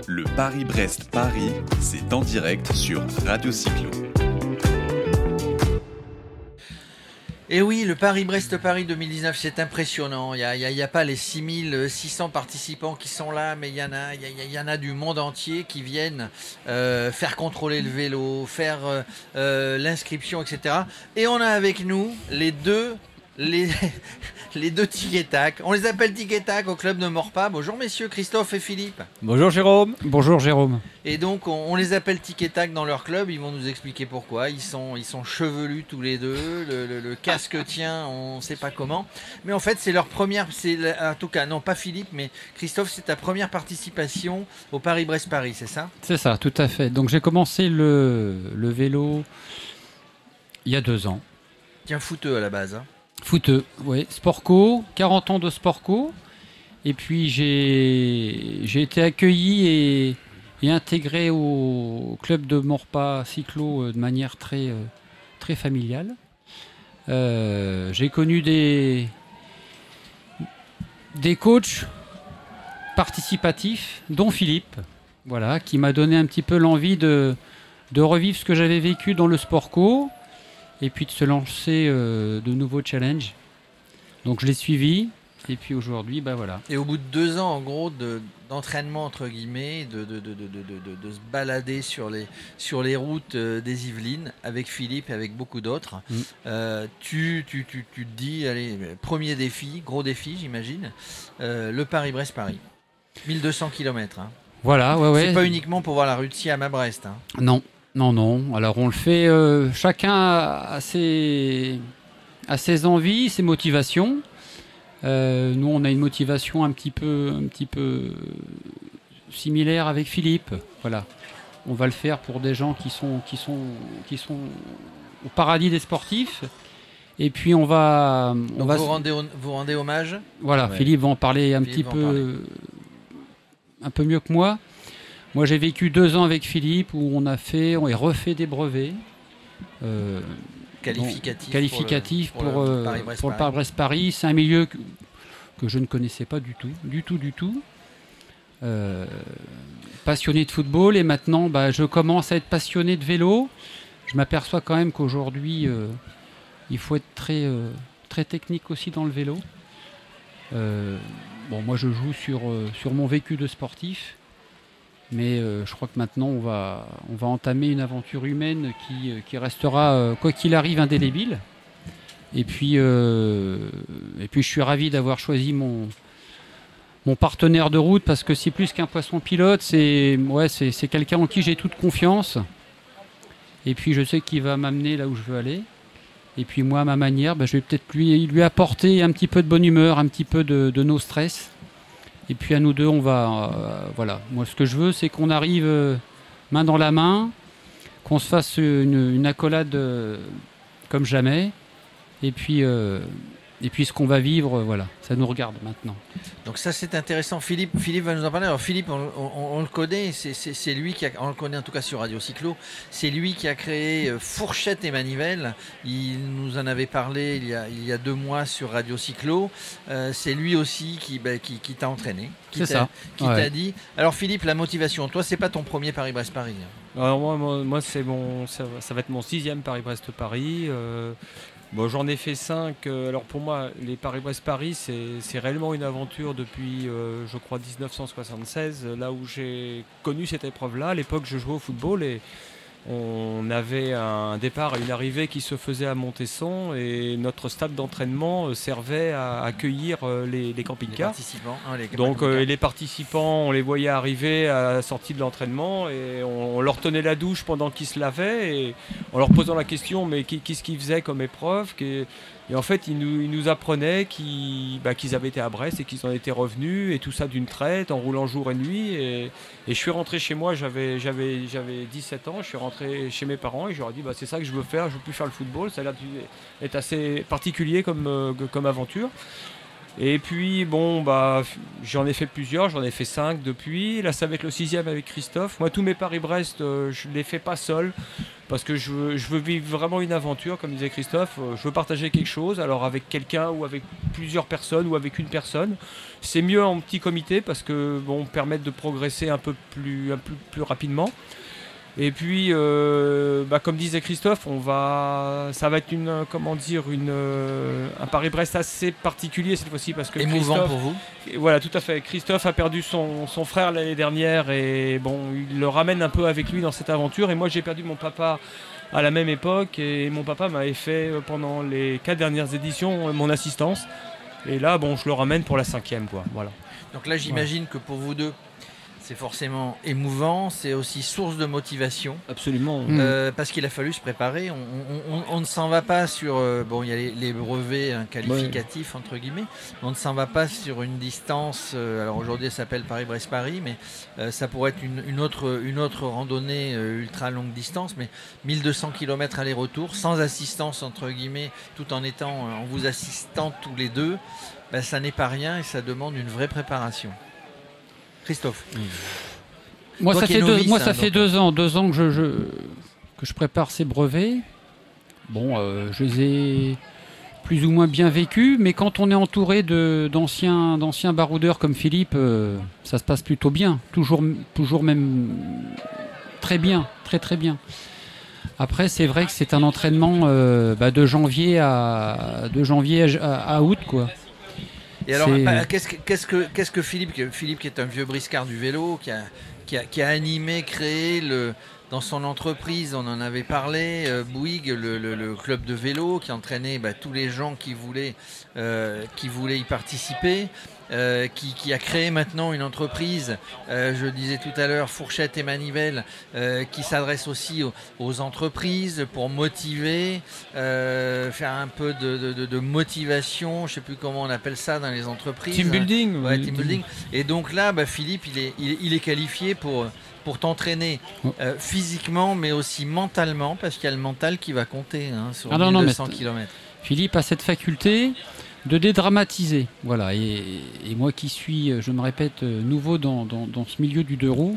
Le Paris-Brest-Paris, c'est en direct sur Radio Cyclo. Et oui, le Paris-Brest-Paris 2019, c'est impressionnant. Il y a pas les 6600 participants qui sont là, mais il y en a du monde entier qui viennent faire contrôler le vélo, faire l'inscription, etc. Et on a avec nous les deux Tic et Tac. On les appelle Tic et Tac au club de Maurepas. Bonjour messieurs, Christophe et Philippe. Bonjour Jérôme. Bonjour Jérôme. Et donc on les appelle Tic et Tac dans leur club. Ils vont nous expliquer pourquoi. Ils sont chevelus tous les deux. Le casque tient, on ne sait pas comment. Mais en fait c'est leur première. En tout cas non pas Philippe, mais Christophe, c'est ta première participation au Paris-Brest-Paris, c'est ça ? C'est ça, tout à fait. Donc j'ai commencé le vélo il y a 2 ans. Tiens, footeux à la base. Hein. Footeux, oui. Sportco, 40 ans de Sportco. Et puis j'ai été accueilli et intégré au club de Maurepas Cyclo de manière très familiale. J'ai connu des coachs participatifs, dont Philippe, voilà, qui m'a donné un petit peu l'envie de revivre ce que j'avais vécu dans le Sportco. Et puis de se lancer de nouveaux challenges. Donc je l'ai suivi. Et puis aujourd'hui, voilà. Et au bout de 2 ans, en gros, d'entraînement, entre guillemets, de se balader sur les routes des Yvelines avec Philippe et avec beaucoup d'autres, tu te dis, allez, premier défi, gros défi, j'imagine, le Paris-Brest-Paris. 1200 km. Hein. Voilà, ouais. C'est pas uniquement pour voir la rue de Siam à Brest. Hein. Non. Alors on le fait, chacun a ses envies, ses motivations. Nous, on a une motivation un petit peu similaire avec Philippe. Voilà, on va le faire pour des gens qui sont au paradis des sportifs. Et puis on va. Vous rendez hommage. Voilà, ouais. Philippe va en parler un peu mieux que moi. Moi, j'ai vécu 2 ans avec Philippe où on a refait des brevets qualificatifs pour le Paris-Brest-Paris. C'est un milieu que je ne connaissais pas du tout. Passionné de football et maintenant, je commence à être passionné de vélo. Je m'aperçois quand même qu'aujourd'hui, il faut être très, très technique aussi dans le vélo. Moi, je joue sur mon vécu de sportif. Mais je crois que maintenant, on va entamer une aventure humaine qui restera, quoi qu'il arrive, indélébile. Et puis je suis ravi d'avoir choisi mon partenaire de route parce que c'est plus qu'un poisson pilote. C'est quelqu'un en qui j'ai toute confiance. Et puis je sais qu'il va m'amener là où je veux aller. Et puis moi, à ma manière, je vais peut-être lui apporter un petit peu de bonne humeur, un petit peu de no stress. Et puis à nous deux, on va... voilà. Moi, ce que je veux, c'est qu'on arrive main dans la main, qu'on se fasse une accolade comme jamais. Et puis ce qu'on va vivre, ça nous regarde maintenant. Donc ça, c'est intéressant. Philippe va nous en parler. Alors Philippe, on le connaît, c'est lui on le connaît en tout cas sur Radio Cyclo, c'est lui qui a créé Fourchette et Manivelle. Il nous en avait parlé il y a 2 mois sur Radio Cyclo. C'est lui aussi qui t'a entraîné, qui t'a dit. Alors Philippe, la motivation, toi, c'est pas ton premier Paris-Brest-Paris. Alors moi ça va être mon 6e Paris-Brest-Paris. J'en ai fait 5. Alors pour moi, les Paris-Brest-Paris, c'est réellement une aventure depuis, je crois, 1976, là où j'ai connu cette épreuve-là. À l'époque, je jouais au football et on avait un départ et une arrivée qui se faisait à Montesson et notre stade d'entraînement servait à accueillir les camping-cars. Les participants, on les voyait arriver à la sortie de l'entraînement et on leur tenait la douche pendant qu'ils se lavaient et en leur posant la question mais qu'est-ce qu'ils faisaient comme épreuve et en fait, ils nous apprenaient qu'ils avaient été à Brest et qu'ils en étaient revenus et tout ça d'une traite en roulant jour et nuit. Et je suis rentré chez moi, j'avais 17 ans, je suis rentré chez mes parents et je leur ai dit c'est ça que je veux faire, je veux plus faire le football, ça a l'air d'être assez particulier comme aventure. Et puis j'en ai fait plusieurs, j'en ai fait 5 depuis. Là ça va être le 6e avec Christophe. Moi tous mes Paris-Brest, je les fais pas seul. parce que je veux vivre vraiment une aventure, comme disait Christophe. Je veux partager quelque chose, alors avec quelqu'un ou avec plusieurs personnes ou avec une personne. C'est mieux en petit comité parce que permet de progresser un peu plus rapidement. Et puis, comme disait Christophe, ça va être un Paris-Brest assez particulier cette fois-ci parce que émouvant pour vous. Voilà, tout à fait. Christophe a perdu son frère l'année dernière et il le ramène un peu avec lui dans cette aventure. Et moi, j'ai perdu mon papa à la même époque et mon papa m'avait fait pendant les 4 dernières éditions mon assistance. Et là, je le ramène pour la 5e, quoi. Voilà. Donc là, j'imagine que pour vous deux, c'est forcément émouvant, c'est aussi source de motivation. Absolument. Parce qu'il a fallu se préparer. On ne s'en va pas sur... il y a les brevets qualificatifs, entre guillemets. On ne s'en va pas sur une distance... alors aujourd'hui, elle s'appelle Paris-Brest-Paris, mais ça pourrait être une autre randonnée ultra longue distance. Mais 1200 km aller-retour, sans assistance, entre guillemets, tout en vous assistant tous les deux, ça n'est pas rien et ça demande une vraie préparation. Christophe. Moi, ça fait 2 ans que je prépare ces brevets. Je les ai plus ou moins bien vécus, mais quand on est entouré d'anciens baroudeurs comme Philippe, ça se passe plutôt bien. Toujours même très bien, très très bien. Après, c'est vrai que c'est un entraînement de janvier à août, quoi. Et alors, qu'est-ce que Philippe qui est un vieux briscard du vélo, qui a animé, créé dans son entreprise, on en avait parlé, Bouygues, le club de vélo, qui entraînait tous les gens qui voulaient y participer, qui a créé maintenant une entreprise, je disais tout à l'heure, Fourchette et Manivelle, qui s'adresse aussi aux entreprises pour motiver, faire un peu de motivation, je ne sais plus comment on appelle ça dans les entreprises. Team building. Ouais, team building. Et donc là, Philippe, il est qualifié pour t'entraîner physiquement, mais aussi mentalement, parce qu'il y a le mental qui va compter sur 1200 km. Philippe a cette faculté de dédramatiser. Voilà. Et moi qui suis, je me répète, nouveau dans ce milieu du 2 roues,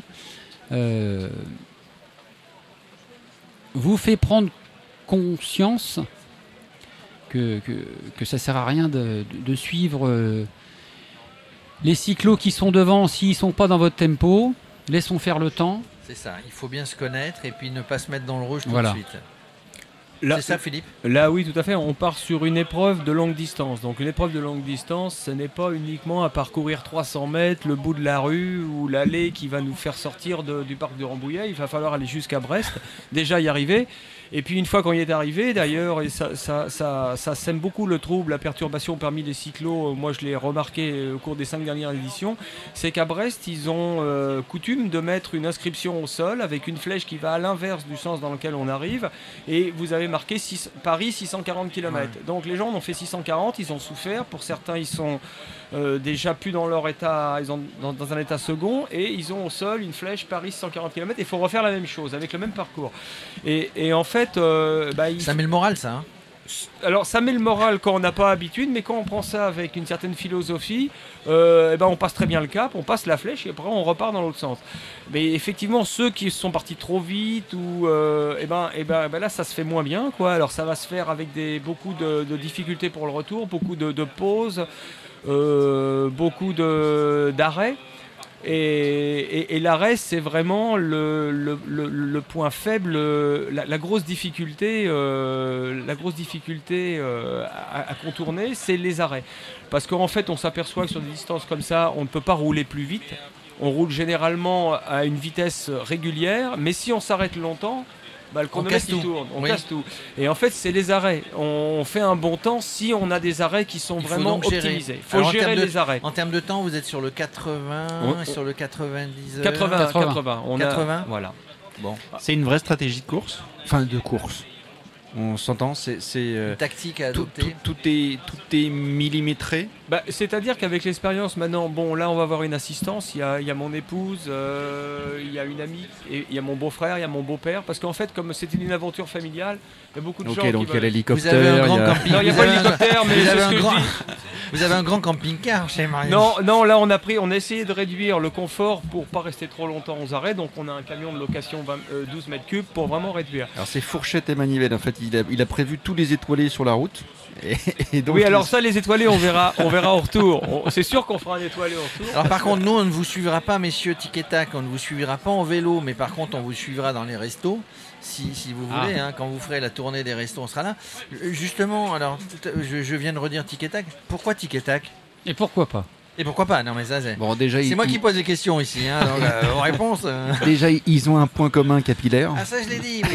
vous fait prendre conscience que ça ne sert à rien de suivre les cyclos qui sont devant s'ils ne sont pas dans votre tempo. Laissons faire le temps. C'est ça, il faut bien se connaître et puis ne pas se mettre dans le rouge tout voilà. de suite. C'est ça, Philippe ? Là, oui, tout à fait. On part sur une épreuve de longue distance. Donc, une épreuve de longue distance, ce n'est pas uniquement à parcourir 300 mètres, le bout de la rue ou l'allée qui va nous faire sortir du parc de Rambouillet. Il va falloir aller jusqu'à Brest, déjà y arriver. Et puis, une fois qu'on y est arrivé, d'ailleurs, et ça sème beaucoup le trouble, la perturbation parmi les cyclos. Moi, je l'ai remarqué au cours des 5 dernières éditions. C'est qu'à Brest, ils ont coutume de mettre une inscription au sol avec une flèche qui va à l'inverse du sens dans lequel on arrive. Et vous avez marqué Paris 640 km. Ouais. Donc les gens ont fait 640, ils ont souffert. Pour certains, ils sont déjà plus dans leur état, ils sont dans un état second et ils ont au sol une flèche Paris 640 km. Il faut refaire la même chose avec le même parcours. Et en fait, ça met le moral, ça. Alors ça met le moral quand on n'a pas l'habitude, mais quand on prend ça avec une certaine philosophie, on passe très bien le cap, on passe la flèche et après on repart dans l'autre sens. Mais effectivement, ceux qui sont partis trop vite ou là ça se fait moins bien, quoi. Alors ça va se faire avec beaucoup de difficultés pour le retour, beaucoup de pauses, beaucoup d'arrêts. Et l'arrêt, c'est vraiment le point faible, la grosse difficulté, à contourner, c'est les arrêts. Parce qu'en fait, on s'aperçoit que sur des distances comme ça, on ne peut pas rouler plus vite. On roule généralement à une vitesse régulière, mais si on s'arrête longtemps, le chronomètre tourne, on casse tout. Et en fait, c'est les arrêts. On fait un bon temps si on a des arrêts qui sont vraiment optimisés. Il faut gérer les arrêts. En termes de temps, vous êtes sur le 80, sur le 90 80. 80. Voilà. Bon. C'est une vraie stratégie de course. Enfin, de course. On s'entend, c'est Tactique à tout adopter. est millimétré. C'est-à-dire qu'avec l'expérience maintenant, bon là on va avoir une assistance, il y a mon épouse, il y a une amie, et il y a mon beau-frère, il y a mon beau-père, parce qu'en fait comme c'était une aventure familiale, il y a beaucoup de gens Ok, donc qui il y a veulent... l'hélicoptère. Vous avez un grand il y a- camping. Non, il n'y a pas l'hélicoptère, mais c'est ce que je dis. Vous avez un grand camping-car chez Marius. Non, là on a essayé de réduire le confort pour pas rester trop longtemps aux arrêts, donc on a un camion de location 12 mètres cubes pour vraiment réduire. Alors c'est fourchette et manivelle. En fait, il a prévu tous les étoilés sur la route. Et donc, Oui, alors ça, les étoilés, on verra au retour. C'est sûr qu'on fera un étoilé au retour. Alors par contre, nous, on ne vous suivra pas, messieurs Tic et Tac, on ne vous suivra pas en vélo, mais par contre, on vous suivra dans les restos, si vous voulez, hein, quand vous ferez la tournée des restos, on sera là. Justement, alors, je viens de redire Tic et Tac. Pourquoi Tic et Tac ? Et pourquoi pas? Et pourquoi pas ? Non, mais ça, c'est... Bon, déjà, C'est moi qui pose les questions ici, hein, donc aux réponses. déjà, ils ont un point commun capillaire. Ah, ça, je l'ai dit,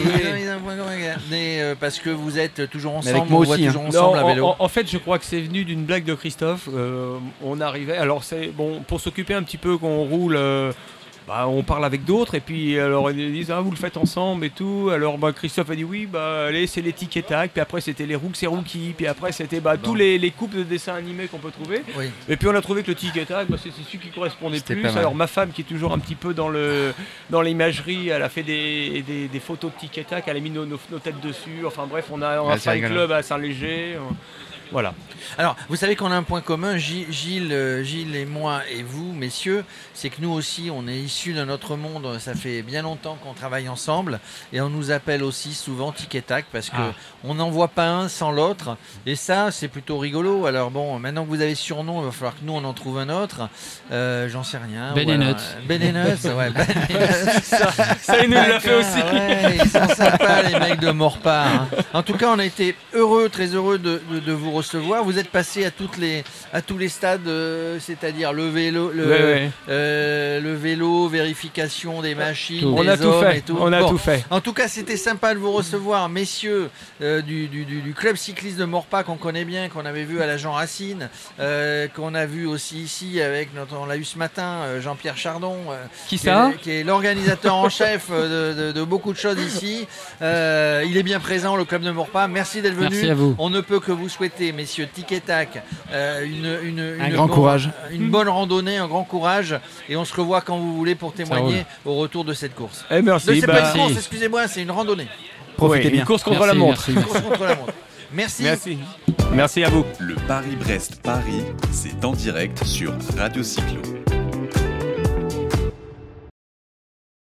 mais parce que vous êtes toujours ensemble, avec moi on voit aussi, toujours hein. ensemble à vélo. En fait, je crois que c'est venu d'une blague de Christophe. On arrivait, alors c'est bon pour s'occuper un petit peu qu'on roule. On parle avec d'autres et puis alors ils disent vous le faites ensemble et tout. Alors Christophe a dit oui, allez, c'est les Tic et Tac, puis après c'était les Rooks et Rookies, puis après c'était tous les couples de dessins animés qu'on peut trouver. Oui. Et puis on a trouvé que le Tic et Tac, c'est celui qui correspondait C'était plus. pas mal. Alors ma femme qui est toujours un petit peu dans l'imagerie, elle a fait des photos de Tic et Tac, elle a mis nos têtes dessus. Enfin bref, on a un c'est fan rigolo. club à Saint-Léger. Voilà. Alors, vous savez qu'on a un point commun, Gilles et moi et vous, messieurs, c'est que nous aussi, on est issus d'un autre monde. Ça fait bien longtemps qu'on travaille ensemble et on nous appelle aussi souvent Tic et Tac parce que on n'en voit pas un sans l'autre. Et ça, c'est plutôt rigolo. Alors bon, maintenant que vous avez ce surnom, il va falloir que nous, on en trouve un autre. J'en sais rien. Ben et Nuts. Ben et Nuts, ouais. Ben et Nuts. Ça, il nous l'a fait aussi. Ouais, ils sont sympas, les mecs de Morpa. Hein. En tout cas, on a été très heureux de vous recevoir. Vous êtes passé à tous les stades, c'est-à-dire le vélo, le vélo, vérification des machines, On des a tout hommes fait. et tout. On a Bon. tout fait. En tout cas, c'était sympa de vous recevoir, messieurs du club cycliste de Morpa qu'on connaît bien, qu'on avait vu à la Jean Racine, qu'on a vu aussi ici avec on l'a eu ce matin, Jean-Pierre Chardon, Qui ça ? qui est l'organisateur en chef de beaucoup de choses ici. Il est bien présent, le club de Morpa. Merci d'être venu. Merci à vous. On ne peut que vous souhaiter, messieurs Tic et Tac, Un grand courage. une bonne randonnée, un grand courage, et on se revoit quand vous voulez pour témoigner au retour de cette course. Merci. C'est pas une course, excusez-moi, c'est une randonnée. Profitez bien. Une course contre Merci, la montre. merci. Course contre la montre. Merci. Merci à vous. Le Paris-Brest-Paris, c'est en direct sur Radio Cyclo.